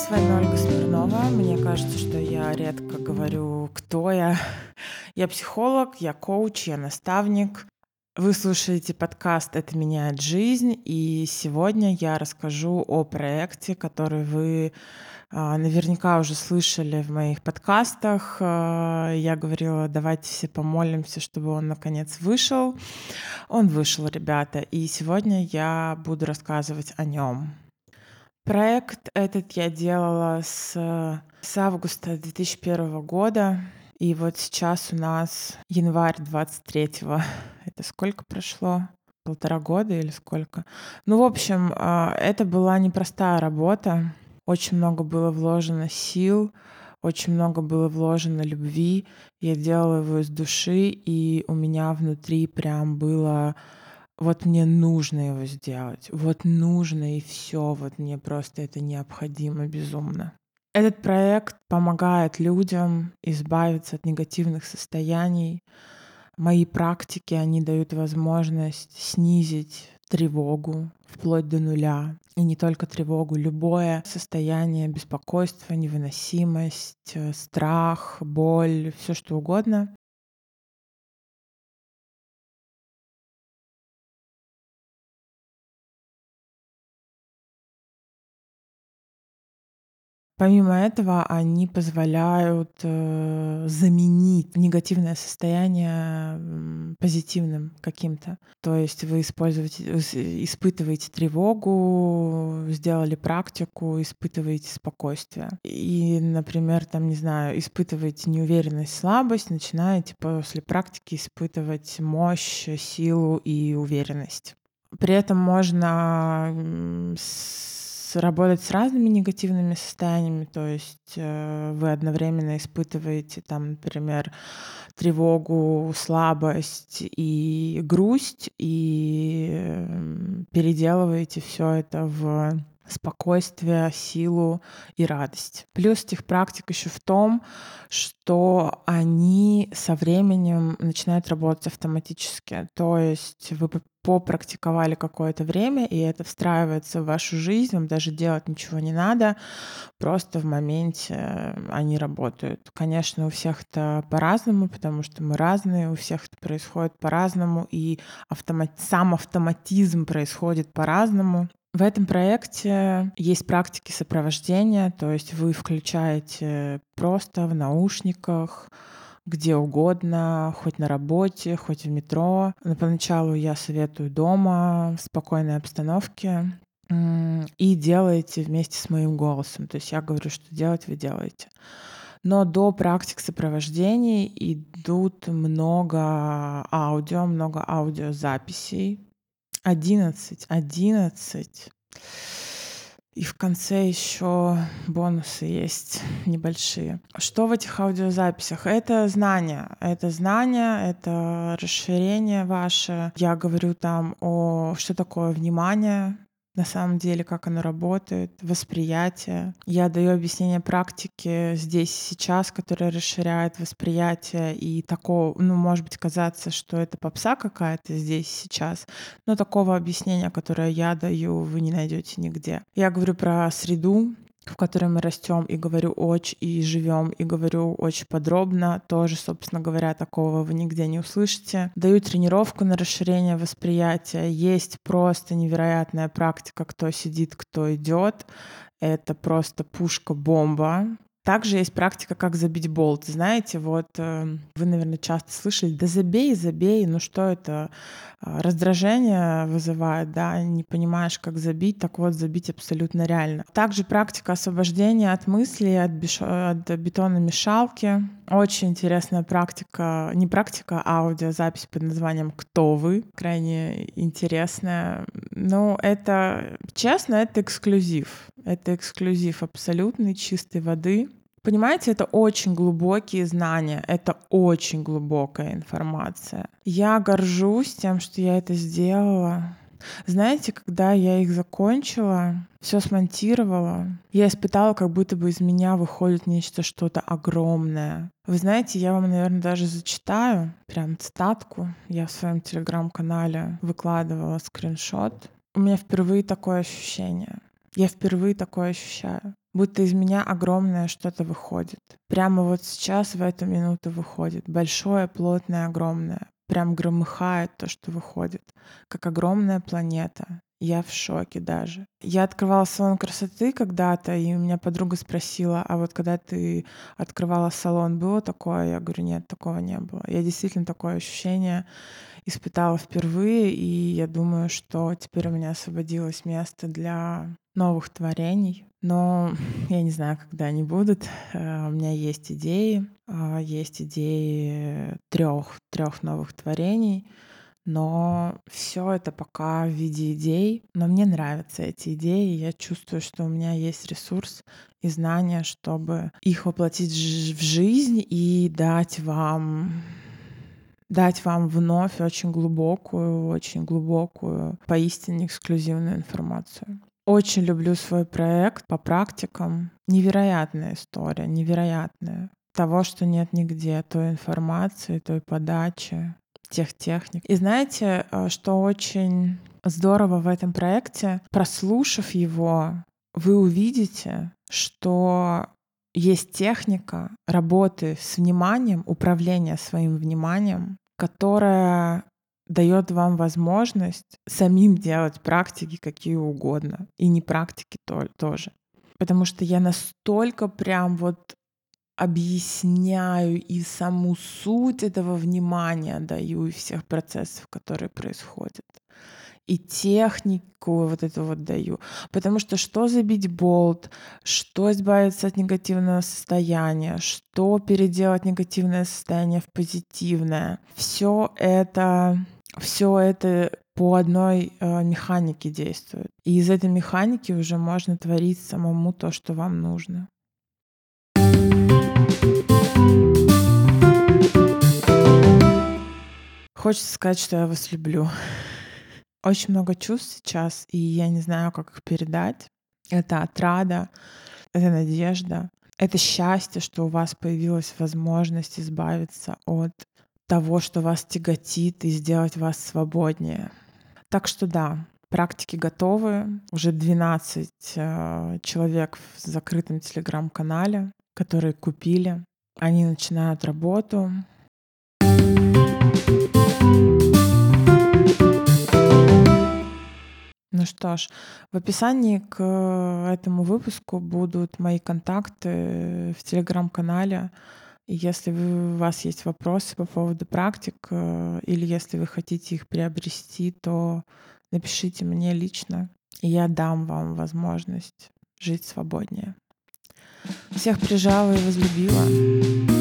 с вами Ольга Смирнова. Мне кажется, что я редко говорю, кто я. Я психолог, я коуч, я наставник. Вы слушаете подкаст «Это меняет жизнь», и сегодня я расскажу о проекте, который вы наверняка уже слышали в моих подкастах. Я говорила, давайте все помолимся, чтобы он наконец вышел. Он вышел, ребята, и сегодня я буду рассказывать о нем. Проект этот я делала с августа 2001 года, и вот сейчас у нас январь 23-го. Это сколько прошло? 1,5 года или сколько? Ну, в общем, это была непростая работа. Очень много было вложено сил, очень много было вложено любви. Я делала его из души, и у меня внутри прям было: вот мне нужно его сделать, вот нужно и все, вот мне просто это необходимо безумно. Этот проект помогает людям избавиться от негативных состояний. Мои практики, они дают возможность снизить тревогу вплоть до нуля. И не только тревогу, любое состояние беспокойства, невыносимость, страх, боль, все что угодно. Помимо этого, они позволяют заменить негативное состояние позитивным каким-то. То есть вы испытываете тревогу, сделали практику, испытываете спокойствие. И, например, там, не знаю, испытываете неуверенность, слабость, начинаете после практики испытывать мощь, силу и уверенность. При этом можно работать с разными негативными состояниями, то есть вы одновременно испытываете там, например, тревогу, слабость и грусть, и переделываете все это в спокойствие, силу и радость. Плюс этих практик еще в том, что они со временем начинают работать автоматически. То есть вы попрактиковали какое-то время, и это встраивается в вашу жизнь, вам даже делать ничего не надо, просто в моменте они работают. Конечно, у всех это по-разному, потому что мы разные, у всех это происходит по-разному, и сам автоматизм происходит по-разному. В этом проекте есть практики сопровождения, то есть вы включаете просто в наушниках, где угодно, хоть на работе, хоть в метро. Но поначалу я советую дома, в спокойной обстановке, и делаете вместе с моим голосом. То есть я говорю, что делать, вы делаете. Но до практик сопровождений идут много аудиозаписей. 11. И в конце еще бонусы есть небольшие. Что в этих аудиозаписях? Это знания. Это расширение ваше. Я говорю там что такое внимание, на самом деле, как оно работает, восприятие. Я даю объяснение практики здесь и сейчас, которая расширяет восприятие, и такого, может быть, казаться, что это попса какая-то здесь и сейчас, но такого объяснения, которое я даю, вы не найдете нигде. Я говорю про среду, в которой мы растем, и говорю и живем, и говорю очень подробно. Тоже, собственно говоря, такого вы нигде не услышите. Даю тренировку на расширение восприятия. Есть просто невероятная практика, кто сидит, кто идет. Это просто пушка-бомба. Также есть практика, как забить болт. Знаете, вот вы, наверное, часто слышали: да забей, ну что это, раздражение вызывает, да, не понимаешь, как забить, так вот, забить абсолютно реально. Также практика освобождения от мыслей, от бетономешалки. Очень интересная практика, не практика, а аудиозапись под названием «Кто вы?». Крайне интересная. Ну, это, честно, это эксклюзив. Это эксклюзив абсолютной чистой воды. Понимаете, это очень глубокие знания, это очень глубокая информация. Я горжусь тем, что я это сделала. Знаете, когда я их закончила, все смонтировала, я испытала, как будто бы из меня выходит что-то огромное. Вы знаете, я вам, наверное, даже зачитаю прям цитатку. Я в своем телеграм-канале выкладывала скриншот. У меня впервые такое ощущение. Я впервые такое ощущаю. будто из меня огромное что-то выходит. Прямо вот сейчас, в эту минуту выходит. Большое, плотное, огромное. Прям громыхает то, что выходит. Как огромная планета. Я в шоке даже. Я открывала салон красоты когда-то, и у меня подруга спросила, а вот когда ты открывала салон, было такое? Я говорю, нет, такого не было. Я действительно такое ощущение испытала впервые, и я думаю, что теперь у меня освободилось место для новых творений. Но я не знаю, когда они будут. У меня есть идеи трех новых творений, но все это пока в виде идей. Но мне нравятся эти идеи. Я чувствую, что у меня есть ресурс и знания, чтобы их воплотить в жизнь и дать вам вновь очень глубокую, поистине эксклюзивную информацию. Очень люблю свой проект по практикам. Невероятная история, невероятная. Того, что нет нигде, той информации, той подачи, тех техник. И знаете, что очень здорово в этом проекте? Прослушав его, вы увидите, что есть техника работы с вниманием, управления своим вниманием, которая дает вам возможность самим делать практики какие угодно. И не практики тоже. Потому что я настолько прям вот объясняю и саму суть этого внимания даю, и всех процессов, которые происходят. И технику вот эту вот даю. Потому что забить болт, что избавиться от негативного состояния, что переделать негативное состояние в позитивное. Все это по одной механике действует. И из этой механики уже можно творить самому то, что вам нужно. Хочется сказать, что я вас люблю. Очень много чувств сейчас, и я не знаю, как их передать. Это отрада, это надежда, это счастье, что у вас появилась возможность избавиться от того, что вас тяготит, и сделать вас свободнее. Так что да, практики готовы. Уже 12 человек в закрытом телеграм-канале, которые купили. Они начинают работу. Ну что ж, в описании к этому выпуску будут мои контакты в телеграм-канале. И если у вас есть вопросы по поводу практик, или если вы хотите их приобрести, то напишите мне лично, и я дам вам возможность жить свободнее. Всех прижала и возлюбила.